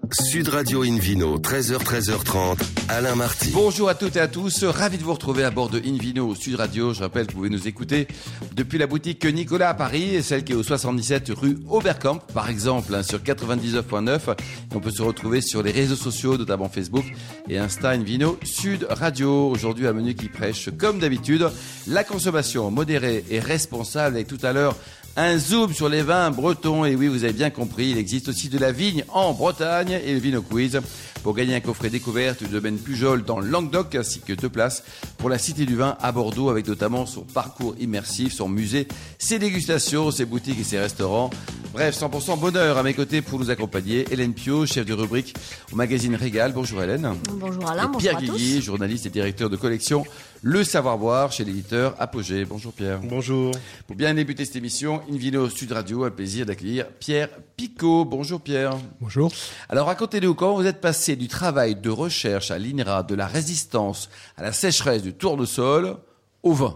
Sud Radio Invino, 13h-13h30, Alain Marty. Bonjour à toutes et à tous, ravi de vous retrouver à bord de Invino Sud Radio. Je rappelle que vous pouvez nous écouter depuis la boutique Nicolas à Paris, celle qui est au 77 rue Oberkamp, par exemple, sur 99.9. On peut se retrouver sur les réseaux sociaux, notamment Facebook et Insta Invino Sud Radio. Aujourd'hui, un menu qui prêche, comme d'habitude, la consommation modérée et responsable. Et tout à l'heure, un zoom sur les vins bretons. Et oui, vous avez bien compris, il existe aussi de la vigne en Bretagne et le Vino Quiz pour gagner un coffret découverte du domaine Pujol dans le Languedoc, ainsi que 2 places pour la Cité du Vin à Bordeaux, avec notamment son parcours immersif, son musée, ses dégustations, ses boutiques et ses restaurants. Bref, 100% bonheur. À mes côtés pour nous accompagner, Hélène Pio, chef de rubrique au magazine Régal. Bonjour Hélène. Bonjour Alain, bonjour Pierre à tous. Guigui, journaliste et directeur de collection Le Savoir-Boire chez l'éditeur Apogée. Bonjour Pierre. Bonjour. Pour bien débuter cette émission, Invino Sud Radio a le plaisir d'accueillir Pierre Picot. Bonjour Pierre. Bonjour. Alors racontez-nous comment vous êtes passé du travail de recherche à l'INRA de la résistance à la sécheresse du tournesol au vin.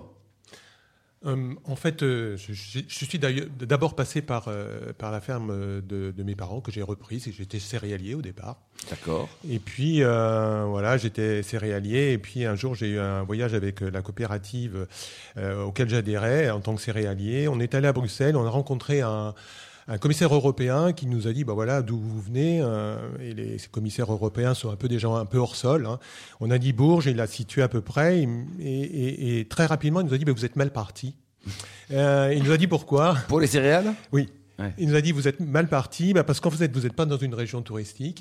En fait, je suis d'abord passé par la ferme de mes parents que j'ai reprise. J'étais céréalier au départ. D'accord. Et puis, voilà, j'étais céréalier. Et puis, un jour, j'ai eu un voyage avec la coopérative auquel j'adhérais en tant que céréalier. On est allé à Bruxelles. On a rencontré un commissaire européen qui nous a dit, bah voilà, d'où vous venez. Et ces commissaires européens sont un peu des gens un peu hors sol. Hein. On a dit Bourges, il l'a situé à peu près. Et très rapidement, il nous a dit, bah, vous êtes mal parti. Il nous a dit pourquoi. Pour les céréales ? Oui. Ouais. Il nous a dit, vous êtes mal parti, bah parce qu'en fait, vous n'êtes pas dans une région touristique.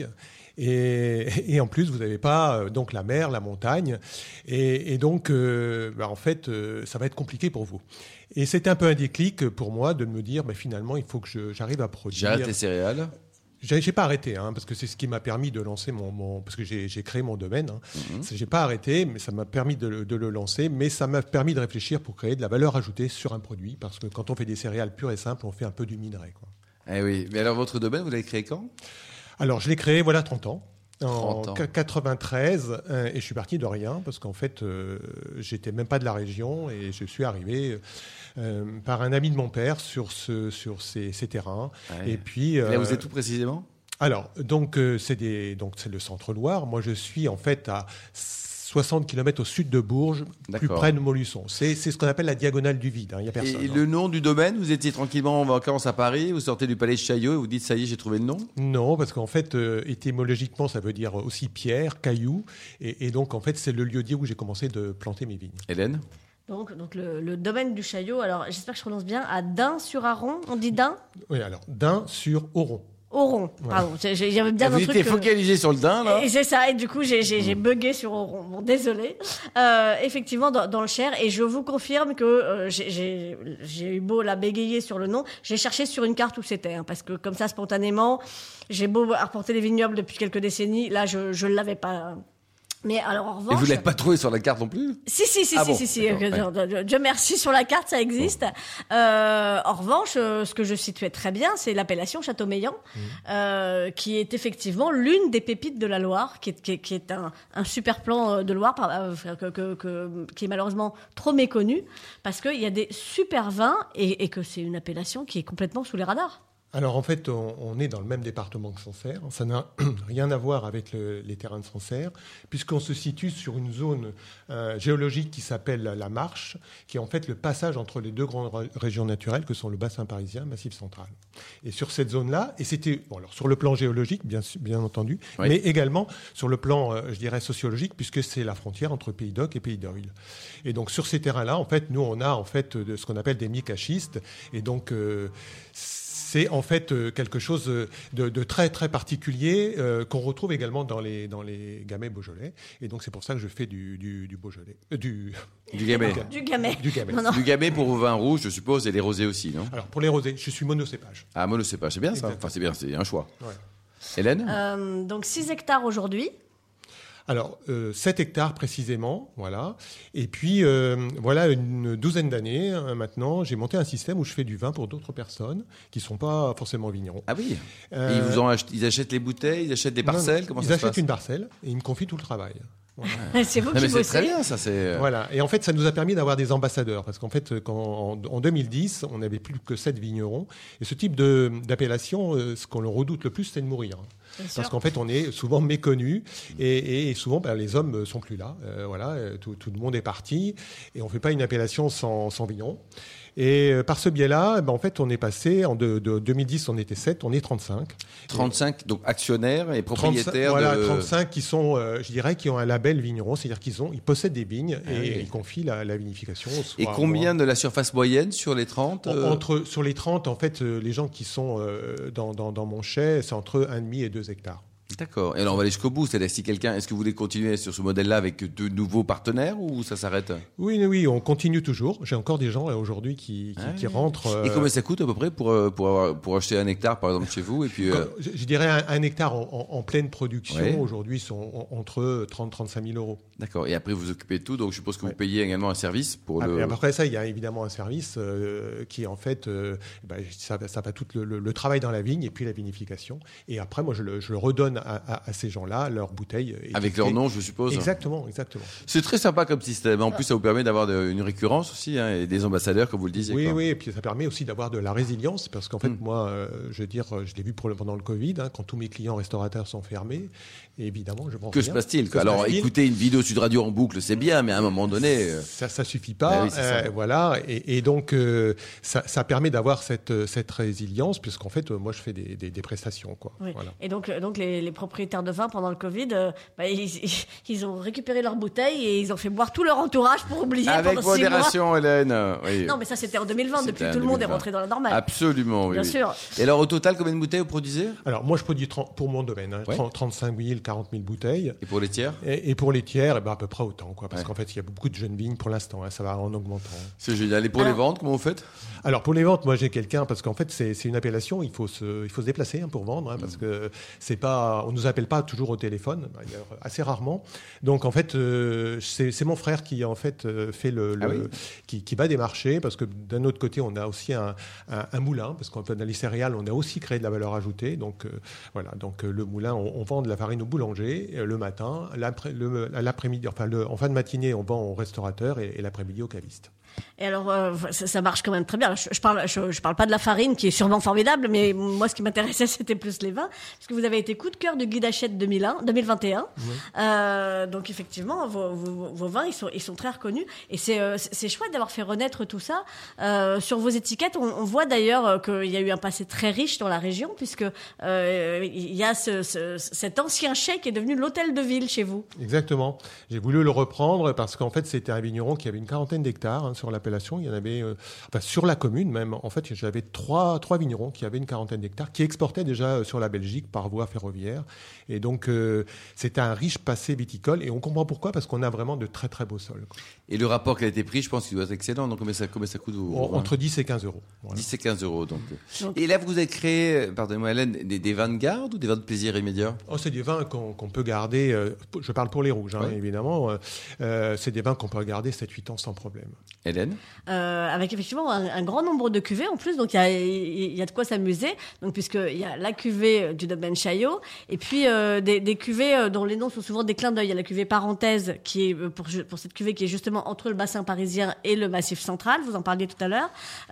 Et en plus, vous n'avez pas donc la mer, la montagne. Et donc, en fait, ça va être compliqué pour vous. Et c'était un peu un déclic pour moi de me dire, finalement, il faut que j'arrive à produire. J'arrête les céréales. J'ai pas arrêté, hein, parce que c'est ce qui m'a permis de lancer parce que j'ai créé mon domaine. Hein. J'ai pas arrêté, mais ça m'a permis de le lancer, mais ça m'a permis de réfléchir pour créer de la valeur ajoutée sur un produit, parce que quand on fait des céréales pures et simples, on fait un peu du minerai, quoi. Eh oui. Mais alors votre domaine, vous l'avez créé quand ? Alors je l'ai créé, 30 ans. En 30 ans. 93, et je suis parti de rien, parce qu'en fait, j'étais même pas de la région, et je suis arrivé par un ami de mon père sur ces terrains. Ouais. Et puis, là, vous êtes où précisément ? Alors, donc c'est le Centre-Loire. Moi, je suis en fait à 60 km au sud de Bourges, plus près de Montluçon. C'est ce qu'on appelle la diagonale du vide. Il n'y a personne. Et le nom du domaine, vous étiez tranquillement en vacances à Paris, vous sortez du palais de Chaillot et vous dites, ça y est, j'ai trouvé le nom ? Non, parce qu'en fait, étymologiquement, ça veut dire aussi pierre, caillou. Et donc, en fait, c'est le lieu-dit où j'ai commencé de planter mes vignes. Hélène ? Donc le domaine du Chaillot, alors j'espère que je prononce bien, à Dun-sur-Aron, on dit Dun ? Oui, alors Dun-sur-Oron. Oron, pardon. J'avais bien vous étiez focalisé sur le Dun, là ? Et c'est ça, et du coup, j'ai bugué sur Oron. Bon, désolé. Effectivement, dans le Cher, et je vous confirme que j'ai eu beau la bégayer sur le nom, j'ai cherché sur une carte où c'était, hein, parce que comme ça, spontanément, j'ai beau reporter les vignobles depuis quelques décennies, là, je ne l'avais pas... Mais alors, en revanche... Et vous ne l'avez pas trouvé sur la carte non plus ? Si. Dieu merci, sur la carte, ça existe. Bon. En revanche, ce que je situais très bien, c'est l'appellation Châteaumeillan, qui est effectivement l'une des pépites de la Loire, qui est un super plan de Loire, qui est malheureusement trop méconnu, parce qu'il y a des super vins et que c'est une appellation qui est complètement sous les radars. Alors en fait, on est dans le même département que Sancerre. Ça n'a rien à voir avec les terrains de Sancerre, puisqu'on se situe sur une zone géologique qui s'appelle la Marche, qui est en fait le passage entre les deux grandes régions naturelles que sont le bassin parisien, Massif central. Et sur cette zone-là, et c'était alors sur le plan géologique, bien entendu, oui, mais également sur le plan, je dirais, sociologique, puisque c'est la frontière entre Pays d'Oc et Pays d'Oil. Et donc sur ces terrains-là, en fait, nous on a en fait ce qu'on appelle des micachistes, et donc c'est en fait quelque chose de très très particulier qu'on retrouve également dans les gamay beaujolais. Et donc c'est pour ça que je fais du beaujolais, du gamay. Du gamay. Non. Du gamay pour vos vins rouges, je suppose, et les rosés aussi, non ? Alors pour les rosés, je suis monocépage. Ah, monocépage, c'est bien ça. Enfin, c'est bien, c'est un choix. Ouais. Hélène ? Donc 6 hectares aujourd'hui. Alors, 7 hectares précisément, voilà. Et puis, voilà, une douzaine d'années maintenant, j'ai monté un système où je fais du vin pour d'autres personnes qui ne sont pas forcément vignerons. Ah oui. Ils achètent les bouteilles, ils achètent des parcelles. Non, comment ça se passe ? Ils achètent une parcelle et ils me confient tout le travail. Voilà. C'est vous qui bossez. C'est très bien, ça. Voilà. Et en fait, ça nous a permis d'avoir des ambassadeurs. Parce qu'en fait, en 2010, on n'avait plus que 7 vignerons. Et ce type d'appellation, ce qu'on le redoute le plus, c'est de mourir. Parce qu'en fait, on est souvent méconnus et souvent, les hommes sont plus là. Tout le monde est parti et on fait pas une appellation sans vigneron. Et par ce biais-là, en fait, on est passé, de 2010, on était 7, on est 35. 35, donc actionnaires et propriétaires 35 qui sont, je dirais, qui ont un label vigneron, c'est-à-dire ils possèdent des vignes et ils confient la vinification. Et combien de la surface moyenne sur les 30 Sur les 30, en fait, les gens qui sont dans mon chai, c'est entre 1,5 et 2 hectares. D'accord. Et alors on va aller jusqu'au bout. C'est-à-dire est-ce que vous voulez continuer sur ce modèle-là avec de nouveaux partenaires ou ça s'arrête ? Oui, on continue toujours. J'ai encore des gens aujourd'hui qui rentrent. Et combien ça coûte à peu près pour acheter 1 hectare par exemple chez vous et puis je dirais 1 hectare en pleine production aujourd'hui sont entre 30 et 35 000 euros. D'accord. Et après vous occupez de tout, donc je suppose que vous payez également un service pour le. Et après ça, il y a évidemment un service qui est en fait ça va tout le travail dans la vigne et puis la vinification. Et après moi je le redonne à ces gens-là leurs bouteilles. Avec leur nom, je suppose. Exactement. C'est très sympa comme système. En plus, ça vous permet d'avoir une récurrence aussi, et des ambassadeurs, comme vous le disiez. Oui, et puis ça permet aussi d'avoir de la résilience, parce qu'en fait, moi, je l'ai vu pendant le Covid, quand tous mes clients restaurateurs sont fermés, et évidemment, je vends Que se passe-t-il ? Alors, écouter une vidéo Sud Radio en boucle, c'est bien, mais à un moment donné... Ça suffit pas. Oui, voilà. Et donc, ça permet d'avoir cette résilience, puisqu'en fait, moi, je fais des prestations, quoi. Oui. Voilà. Et donc les propriétaires de vin pendant le Covid, ils ont récupéré leurs bouteilles et ils ont fait boire tout leur entourage pour oublier avec pendant 6 mois. Avec modération, Hélène. Oui. Non, mais ça c'était en 2020. Depuis tout le monde est rentré dans la normale. Absolument, oui. Bien sûr. Et alors au total, combien de bouteilles vous produisez ? Alors moi je produis pour mon domaine 35 000, 40 000 bouteilles. Et pour les tiers ? Et pour les tiers, à peu près autant, quoi. Parce qu'en fait il y a beaucoup de jeunes vignes pour l'instant. Ça va en augmentant. C'est génial. Et pour les ventes, comment vous faites ? Alors pour les ventes, moi j'ai quelqu'un, parce qu'en fait c'est une appellation, il faut se déplacer pour vendre, parce que on nous appelle pas toujours au téléphone, assez rarement. Donc en fait c'est mon frère qui en fait fait qui va démarcher, parce que d'un autre côté on a aussi un moulin, parce qu'en fait dans les céréales on a aussi créé de la valeur ajoutée. Donc donc le moulin, on vend de la farine au boulanger le matin, l'après-midi, en fin de matinée on vend aux restaurateurs et l'après-midi aux cavistes. Et alors, ça marche quand même très bien. Je parle pas de la farine, qui est sûrement formidable, mais moi, ce qui m'intéressait, c'était plus les vins, parce que vous avez été coup de cœur du Guide Hachette 2021. Oui. Donc, effectivement, vos vins, ils sont très reconnus. Et c'est chouette d'avoir fait renaître tout ça. Sur vos étiquettes, on voit d'ailleurs qu'il y a eu un passé très riche dans la région, puisque il y a cet ancien chai qui est devenu l'hôtel de ville chez vous. Exactement. J'ai voulu le reprendre parce qu'en fait, c'était un vigneron qui avait une 40aine d'hectares sur l'appellation. Il y en avait, sur la commune même. En fait, j'avais trois vignerons qui avaient une 40aine d'hectares, qui exportaient déjà sur la Belgique par voie ferroviaire. Et donc, c'était un riche passé viticole. Et on comprend pourquoi, parce qu'on a vraiment de très, très beaux sols. Et le rapport qui a été pris, je pense qu'il doit être excellent. Donc, combien ça coûte entre 10 et 15 euros. Voilà. 10 et 15 euros. Donc. Et là, vous avez créé, pardonnez-moi Hélène, des vins de garde ou des vins de plaisir immédiat ? C'est des vins qu'on peut garder. Je parle pour les rouges, évidemment. C'est des vins qu'on peut garder 7-8 ans sans problème. Hélène ? Avec effectivement un grand nombre de cuvées en plus, donc il y a de quoi s'amuser. Donc puisqu'il y a la cuvée du domaine Chaillot, et puis des cuvées dont les noms sont souvent des clins d'œil. Il y a la cuvée Parenthèse qui est pour cette cuvée qui est justement entre le bassin parisien et le Massif central. Vous en parliez tout à l'heure.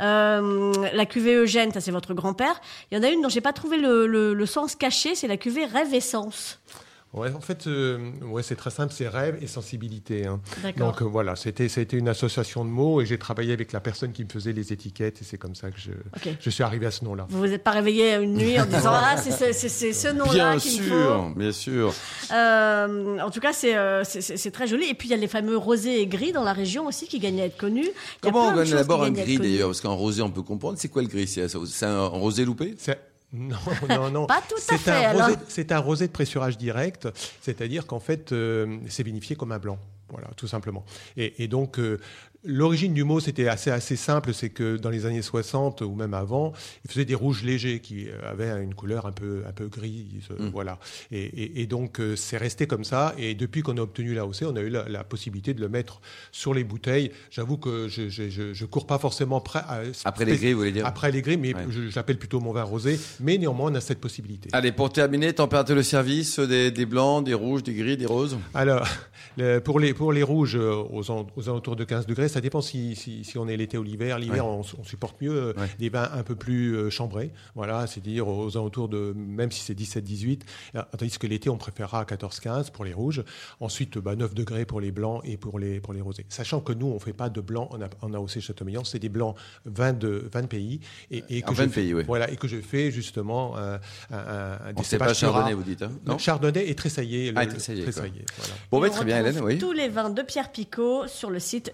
La cuvée Eugène, ça c'est votre grand-père. Il y en a une dont j'ai pas trouvé le sens caché, c'est la cuvée Rêve et Sens. Ouais, en fait, c'est très simple, c'est rêve et sensibilité. D'accord. Donc voilà, c'était une association de mots et j'ai travaillé avec la personne qui me faisait les étiquettes et c'est comme ça que je suis arrivé à ce nom-là. Vous vous êtes pas réveillé une nuit en disant c'est ce nom-là qu'il me faut. Bien sûr. En tout cas, c'est très joli. Et puis il y a les fameux rosés et gris dans la région aussi qui gagnent à être connus. Comment on gagne d'abord un gris d'ailleurs ? Parce qu'en rosé on peut comprendre. C'est quoi le gris ? C'est un rosé loupé ? Non. Pas tout à fait. C'est un rosé de pressurage direct, c'est-à-dire qu'en fait, c'est vinifié comme un blanc. Voilà, tout simplement. Et donc, l'origine du mot, c'était assez simple. C'est que dans les années 60 ou même avant, ils faisaient des rouges légers qui avaient une couleur un peu grise. Voilà. Et donc, c'est resté comme ça. Et depuis qu'on a obtenu l'AOC, on a eu la possibilité de le mettre sur les bouteilles. J'avoue que je cours pas forcément après les gris, vous voulez dire ? Après les gris, mais je l'appelle plutôt mon vin rosé. Mais néanmoins, on a cette possibilité. Allez, pour terminer, température de service des blancs, des rouges, des gris, des roses ? Alors, pour les rouges, aux alentours de 15 degrés, ça dépend si on est l'été ou l'hiver. L'hiver, on supporte mieux des vins un peu plus chambrés. Voilà, c'est-à-dire aux alentours de, même si c'est 17-18, tandis que l'été, on préférera 14-15 pour les rouges. Ensuite, 9 degrés pour les blancs et pour les rosés. Sachant que nous, on ne fait pas de blanc en AOC Châteaumeillan, c'est des blancs 20 pays. Et que je fais justement des cépages chardonnay, vous dites, hein? Non, chardonnay et tressaillé. Tressaillé. Voilà. Bon, très bien, Hélène. Oui. Tous les vins de Pierre Picot sur le site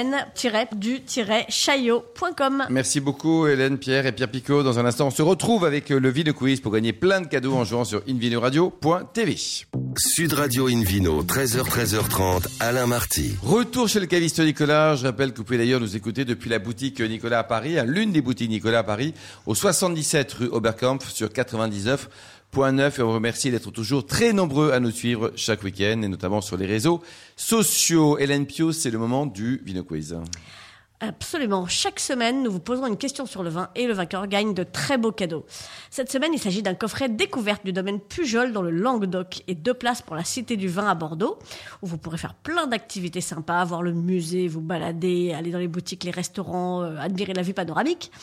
domaine-du-chaillot.com. Merci beaucoup, Hélène, Pierre et Pierre Picot. Dans un instant, on se retrouve avec le Vino Quiz pour gagner plein de cadeaux en jouant sur invinoradio.tv. Sud Radio Invino, 13h30, Alain Marty. Retour chez le caviste Nicolas. Je rappelle que vous pouvez d'ailleurs nous écouter depuis la boutique Nicolas à Paris, l'une des boutiques Nicolas à Paris, au 77 rue Oberkampf sur 99.9. Et on vous remercie d'être toujours très nombreux à nous suivre chaque week-end et notamment sur les réseaux sociaux. Hélène Pio, c'est le moment du Vino Quiz. Absolument. Chaque semaine, nous vous poserons une question sur le vin et le vainqueur gagne de très beaux cadeaux. Cette semaine, il s'agit d'un coffret découverte du domaine Pujol dans le Languedoc et 2 places pour la Cité du Vin à Bordeaux, où vous pourrez faire plein d'activités sympas, voir le musée, vous balader, aller dans les boutiques, les restaurants, admirer la vue panoramique.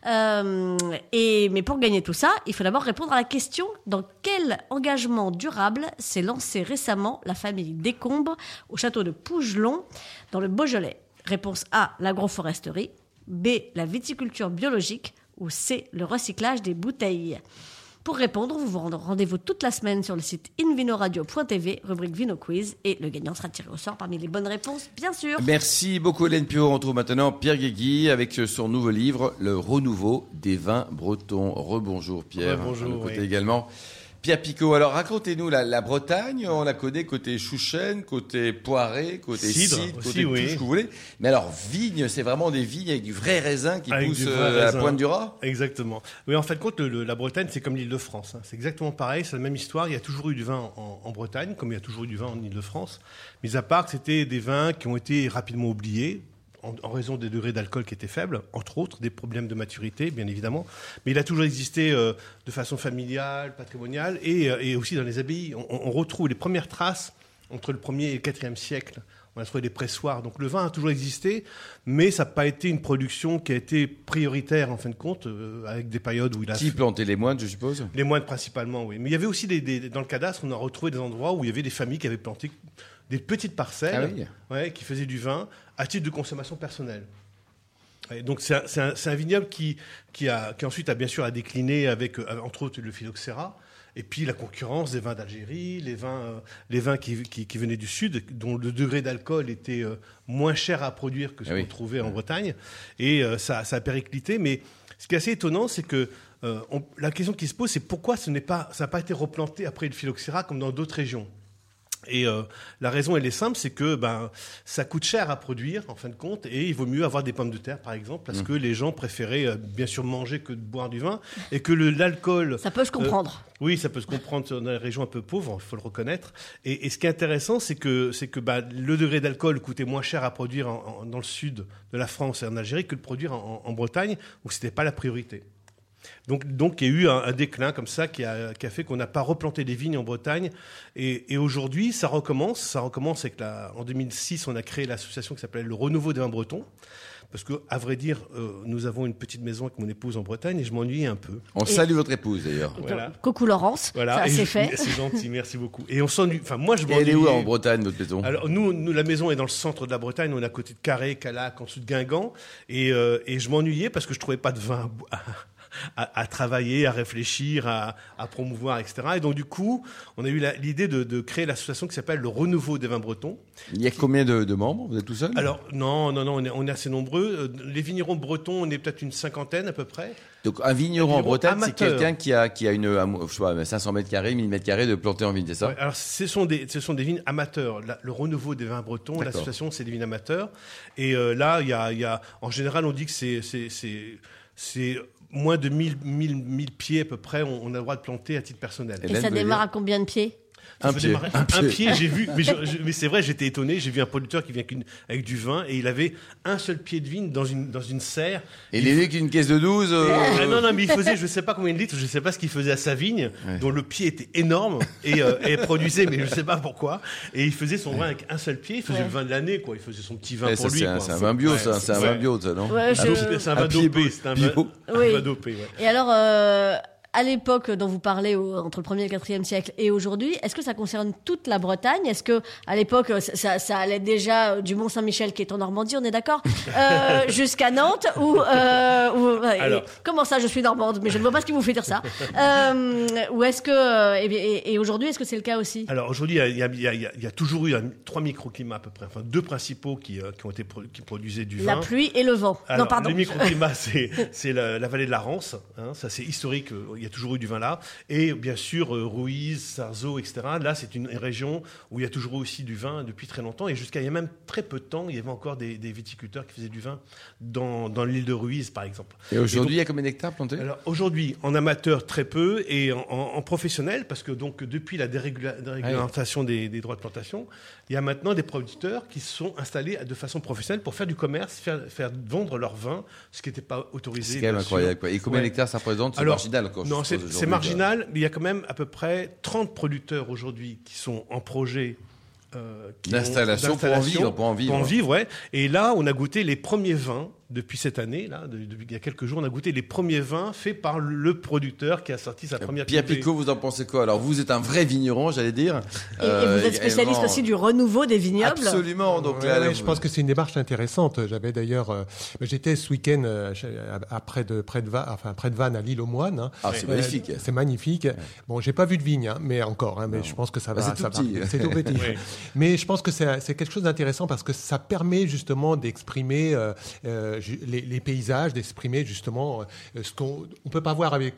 Mais pour gagner tout ça, il faut d'abord répondre à la question: dans quel engagement durable s'est lancée récemment la famille Descombes au château de Pougelon dans le Beaujolais? Réponse A, l'agroforesterie. B, la viticulture biologique. Ou C, le recyclage des bouteilles. Pour répondre, vous vous rendez rendez-vous toute la semaine sur le site invinoradio.tv, rubrique Vino Quiz, et le gagnant sera tiré au sort parmi les bonnes réponses, bien sûr. Merci beaucoup, Hélène Pio. On retrouve maintenant Pierre Guégui avec son nouveau livre, Le renouveau des vins bretons. Rebonjour, Pierre. Bonjour. Également. Pierre Picot, alors racontez-nous la Bretagne, on la connaît côté chouchen, côté poiré, côté cidre côté tout ce que vous voulez. Mais alors vigne, c'est vraiment des vignes avec du vrai raisin qui pousse à la pointe du Raz? Exactement. Oui, en fait, la Bretagne, c'est comme l'Île-de-France. C'est exactement pareil, c'est la même histoire. Il y a toujours eu du vin en Bretagne, comme il y a toujours eu du vin en Île-de-France. Mis à part que c'était des vins qui ont été rapidement oubliés, en raison des degrés d'alcool qui étaient faibles, entre autres, des problèmes de maturité, bien évidemment. Mais il a toujours existé de façon familiale, patrimoniale, et aussi dans les abbayes. On retrouve les premières traces entre le 1er et le 4e siècle. On a trouvé des pressoirs. Donc le vin a toujours existé, mais ça n'a pas été une production qui a été prioritaire, en fin de compte, avec des périodes où il a... Qui plantait les moines, je suppose? Les moines, principalement, oui. Mais il y avait aussi, dans le cadastre, on a retrouvé des endroits où il y avait des familles qui avaient planté des petites parcelles qui faisaient du vin à titre de consommation personnelle. Et donc c'est un vignoble qui ensuite a bien sûr décliné avec, entre autres, le phylloxéra, et puis la concurrence des vins d'Algérie, les vins qui venaient du sud, dont le degré d'alcool était moins cher à produire que ce qu'on trouvait en Bretagne, et ça a périclité. Mais ce qui est assez étonnant, c'est que la question qui se pose, c'est pourquoi ça n'a pas été replanté après le phylloxéra comme dans d'autres régions. Et la raison, elle est simple, c'est que ça coûte cher à produire, en fin de compte, et il vaut mieux avoir des pommes de terre, par exemple, parce que les gens préféraient bien sûr manger que de boire du vin, et que l'alcool... Ça peut se comprendre. Oui, ça peut se comprendre dans les régions un peu pauvres, il faut le reconnaître. Et ce qui est intéressant, c'est que le degré d'alcool coûtait moins cher à produire dans le sud de la France et en Algérie que de produire en Bretagne, où ce n'était pas la priorité. Donc il y a eu un déclin comme ça qui a fait qu'on n'a pas replanté des vignes en Bretagne. Et aujourd'hui, ça recommence. Ça recommence avec en 2006, on a créé l'association qui s'appelle le Renouveau des vins bretons. Parce qu'à vrai dire, nous avons une petite maison avec mon épouse en Bretagne et je m'ennuyais un peu. On salue votre épouse d'ailleurs. Voilà. Coucou Laurence, voilà. Ça c'est fait. C'est gentil, merci beaucoup. Et on s'ennuie. Enfin, moi je m'ennuie. Elle est où en Bretagne, votre maison? Alors nous, la maison est dans le centre de la Bretagne. On est à côté de Carhaix, Callac, en dessous de Guingamp. Et je m'ennuyais parce que je trouvais pas de vin à travailler, à réfléchir, à promouvoir, etc. Et donc, du coup, on a eu l'idée de créer l'association qui s'appelle le Renouveau des vins bretons. Il y a combien de membres? Vous êtes tout seul? Alors, non, on est assez nombreux. Les vignerons bretons, on est peut-être une 50aine à peu près. Donc, un vigneron en Bretagne, c'est amateur. quelqu'un qui a je sais pas, 500 mètres carrés, 1000 mètres carrés de planter en vigne, c'est ça? Ouais, alors, ce sont des vignes amateurs. Le Renouveau des vins bretons, D'accord. l'association, c'est des vignes amateurs. Et là, il y a, en général, on dit que c'est moins de 1000 pieds à peu près, on a le droit de planter à titre personnel. Et ça démarre à combien de pieds? Un pied, j'ai vu, mais c'est vrai, j'étais étonné. J'ai vu un producteur qui vient avec du vin et il avait un seul pied de vigne dans une serre. Et il est qu'une caisse de 12. Non, mais il faisait, je sais pas combien de litres, je sais pas ce qu'il faisait à sa vigne, dont le pied était énorme et produisait, mais je sais pas pourquoi. Et il faisait son vin avec un seul pied. Il faisait le vin de l'année, quoi. Il faisait son petit vin pour lui. C'est un vin bio, ça. C'est un vin bio, ça, non? C'est un vin dopé. C'est un vin dopé. Et alors, à l'époque dont vous parlez, entre le 1er et le 4e siècle et aujourd'hui, est-ce que ça concerne toute la Bretagne? Est-ce que à l'époque, ça allait déjà du Mont-Saint-Michel, qui est en Normandie, on est d'accord, jusqu'à Nantes Alors, comment ça, je suis normande, mais je ne vois pas ce qui vous fait dire ça. Ou est-ce que et aujourd'hui, est-ce que c'est le cas aussi? Alors aujourd'hui, il y a toujours eu 3 microclimats à peu près, enfin 2 principaux qui produisaient du vin. La pluie et le vent. Alors, non, pardon. Les microclimats, c'est la vallée de la Rance. Ça, c'est historique. Il y a toujours eu du vin là. Et bien sûr, Ruiz, Sarzeau, etc. Là, c'est une région où il y a toujours eu aussi du vin depuis très longtemps. Et jusqu'à il y a même très peu de temps, il y avait encore des viticulteurs qui faisaient du vin dans l'île de Ruiz, par exemple. Et aujourd'hui, il y a combien d'hectares plantés? Alors aujourd'hui, en amateur, très peu. Et en professionnel, parce que donc depuis la déréglementation des droits de plantation, il y a maintenant des producteurs qui se sont installés de façon professionnelle pour faire du commerce, faire vendre leur vin, ce qui n'était pas autorisé. C'est quand même incroyable, quoi. Et combien d'hectares ça représente? C'est marginal encore. Non, c'est marginal, mais il y a quand même à peu près 30 producteurs aujourd'hui qui sont en projet d'installation pour en vivre. Ouais. Et là, on a goûté les premiers vins depuis cette année. Là, depuis il y a quelques jours, on a goûté les premiers vins faits par le producteur qui a sorti sa première Pierre Picot, vous en pensez quoi? Alors, vous êtes un vrai vigneron, j'allais dire. Et vous êtes spécialiste aussi du renouveau des vignobles. Absolument. Donc je pense que c'est une démarche intéressante. J'avais d'ailleurs, j'étais ce week-end près de Vannes à l'île aux Moines. Hein. Ah, c'est magnifique. C'est magnifique. Bon, j'ai pas vu de vigne, mais encore. Mais je pense que ça va. C'est tout petit. C'est tout petit. Mais je pense que c'est quelque chose d'intéressant parce que ça permet justement d'exprimer les paysages, d'exprimer justement ce qu'on peut pas voir avec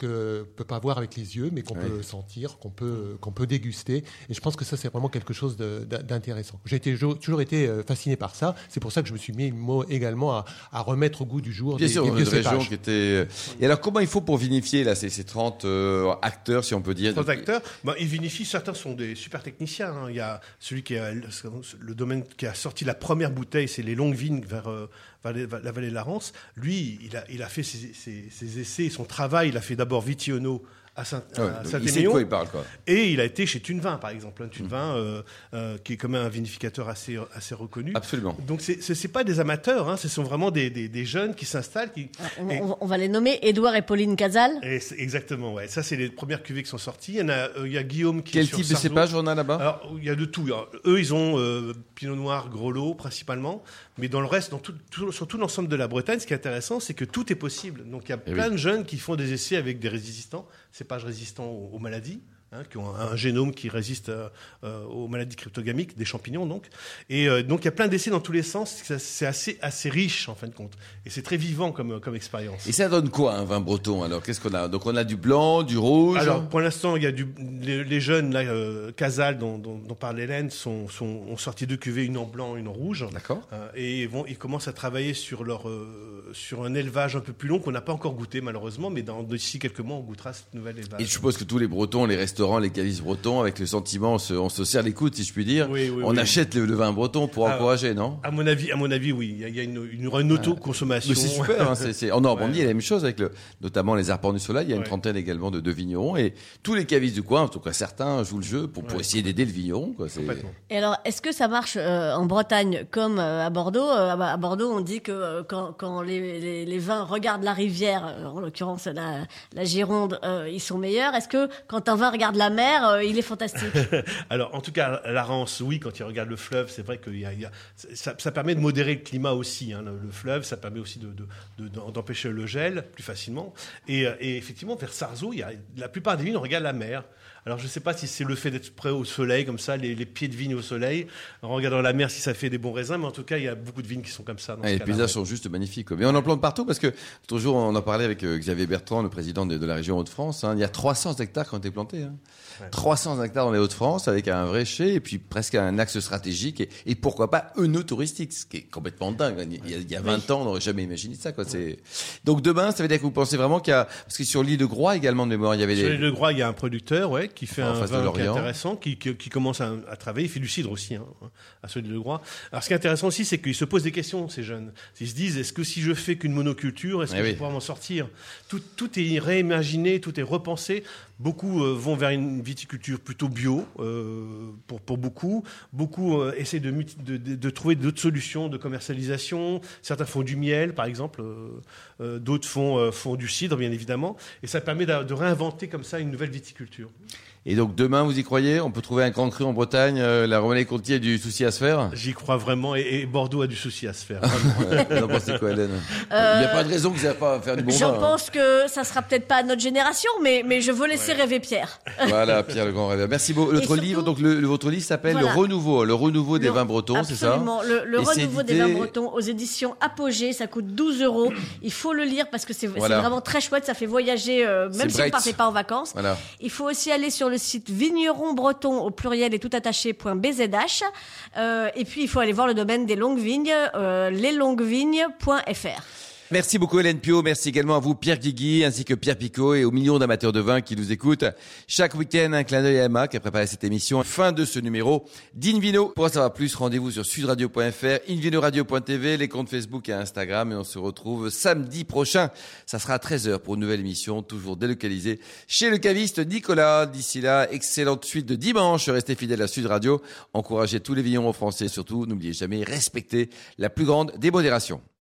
les yeux, mais qu'on peut sentir, qu'on peut déguster. Et je pense que ça, c'est vraiment quelque chose d'intéressant. J'ai toujours été fasciné par ça. C'est pour ça que je me suis mis également à remettre au goût du jour des vieux cépages. Et alors, comment il faut pour vinifier là ces 30 acteurs, si on peut dire? 30 acteurs, ils vinifient. Certains sont des super techniciens. Hein. Il y a celui qui a le domaine qui a sorti la première bouteille, c'est les longues vignes vers la vallée de la Rance. Lui, il a fait ses essais, son travail. Il a fait d'abord Vitiono à Saint-Émilion. Il sait de quoi il parle, quoi. Et il a été chez Tunevin, par exemple. Tunevin, qui est quand même un vinificateur assez reconnu. Absolument. Donc, c'est pas des amateurs, hein, ce sont vraiment des jeunes qui s'installent. On va les nommer Édouard et Pauline Casal. Exactement, ouais. Ça, c'est les premières cuvées qui sont sorties. Il y a Guillaume qui Quel est sur type de cépage on a là-bas? Alors, il y a de tout. Alors, eux, ils ont Pinot Noir, Grelot, principalement. Mais dans le reste, sur tout l'ensemble de la Bretagne, ce qui est intéressant, c'est que tout est possible. Donc, il y a plein de jeunes qui font des essais avec des résistants, cépages résistants aux maladies, qui ont un génome qui résiste aux maladies cryptogamiques, des champignons donc. Et donc il y a plein d'essais dans tous les sens, c'est assez riche en fin de compte. Et c'est très vivant comme expérience. Et ça donne quoi un vin breton alors? Qu'est-ce qu'on a? Donc on a du blanc, du rouge. Alors pour l'instant, il y a les jeunes là, Casal dont parle Hélène, ont sorti 2 cuvées, une en blanc, une en rouge. D'accord. Et ils commencent à travailler sur un élevage un peu plus long qu'on n'a pas encore goûté malheureusement, mais d'ici quelques mois on goûtera cette nouvelle élevage. Et je suppose que tous les Bretons, les restaurants, les cavistes bretons, avec le sentiment, on se serre les coudes, si je puis dire. On achète le vin breton pour encourager, non? À mon avis, oui. Il y a une auto-consommation. Mais c'est super. En Normandie, il y a la même chose avec notamment les Arpents du Soleil. Il y a une trentaine également de vignerons et tous les cavistes du coin, en tout cas certains, jouent le jeu pour essayer d'aider le vigneron. Quoi. Et alors, est-ce que ça marche en Bretagne comme à Bordeaux? À Bordeaux, on dit que quand les vins regardent la rivière, en l'occurrence la Gironde, ils sont meilleurs. Est-ce que quand un vin regarde la mer, il est fantastique? Alors, en tout cas, la Rance, oui, quand il regarde le fleuve, c'est vrai que ça permet de modérer le climat aussi. Hein, le fleuve, ça permet aussi d'empêcher le gel plus facilement. Et effectivement, vers Sarzeau, la plupart des vignes regardent la mer. Alors, je ne sais pas si c'est le fait d'être près au soleil, comme ça, les pieds de vigne au soleil, en regardant la mer, si ça fait des bons raisins, mais en tout cas, il y a beaucoup de vignes qui sont comme ça. Les paysages sont juste magnifiques. Mais on en plante partout parce que, l'autre jour, on en parlait avec Xavier Bertrand, le président de la région Hauts-de-France. Hein, il y a 300 hectares qui ont été plantés. Hein. Ouais. 300 hectares dans les Hauts-de-France avec un vrai chai et puis presque un axe stratégique et pourquoi pas œnotouristique, ce qui est complètement dingue. Il y a 20 ans, on n'aurait jamais imaginé ça. Quoi. Donc demain, ça veut dire que vous pensez vraiment qu'il y a... Parce que sur l'île de Groix également de mémoire, il y avait Sur l'île de Groix, il y a un producteur qui fait un vin qui est intéressant, qui commence à travailler. Il fait du cidre aussi, à celui de Legroy. Alors, ce qui est intéressant aussi, c'est qu'ils se posent des questions, ces jeunes. Ils se disent, est-ce que si je fais qu'une monoculture, est-ce que je vais pouvoir m'en sortir ? Tout est réimaginé, tout est repensé. Beaucoup vont vers une viticulture plutôt bio, pour beaucoup. Beaucoup essaient de trouver d'autres solutions de commercialisation. Certains font du miel, par exemple. D'autres font du cidre, bien évidemment. Et ça permet de réinventer comme ça une nouvelle viticulture. Et donc demain, vous y croyez ? On peut trouver un grand cru en Bretagne, la Romanée-Conti a du souci à se faire ? J'y crois vraiment, et Bordeaux a du souci à se faire. Vous en pensez quoi, Hélène ? Il n'y a pas de raison que ça ne va pas faire du bon vin. Je pense que ça sera peut-être pas à notre génération, mais je veux laisser rêver Pierre. Voilà, Pierre le grand rêveur. Merci beaucoup. Votre livre, donc votre livre s'appelle Le Renouveau des vins bretons, c'est ça ? Absolument, le Renouveau des vins bretons aux éditions Apogée, ça coûte 12 €. Il faut le lire parce que c'est vraiment très chouette, ça fait voyager, même si vous ne partez pas en vacances. Voilà. Il faut aussi aller sur le site vigneronbreton au pluriel et tout attaché.bzh. Et puis il faut aller voir le domaine des longues vignes, leslonguesvignes.fr. Merci beaucoup Hélène Pio, merci également à vous Pierre Guigui ainsi que Pierre Picot et aux millions d'amateurs de vin qui nous écoutent. Chaque week-end, un clin d'œil à Emma qui a préparé cette émission. Fin de ce numéro d'Invino. Pour en savoir plus, rendez-vous sur sudradio.fr, invinoradio.tv, les comptes Facebook et Instagram et on se retrouve samedi prochain. Ça sera à 13h pour une nouvelle émission, toujours délocalisée chez le caviste Nicolas. D'ici là, excellente suite de dimanche. Restez fidèles à Sud Radio. Encouragez tous les vignerons français. Surtout, n'oubliez jamais, respectez la plus grande démodération.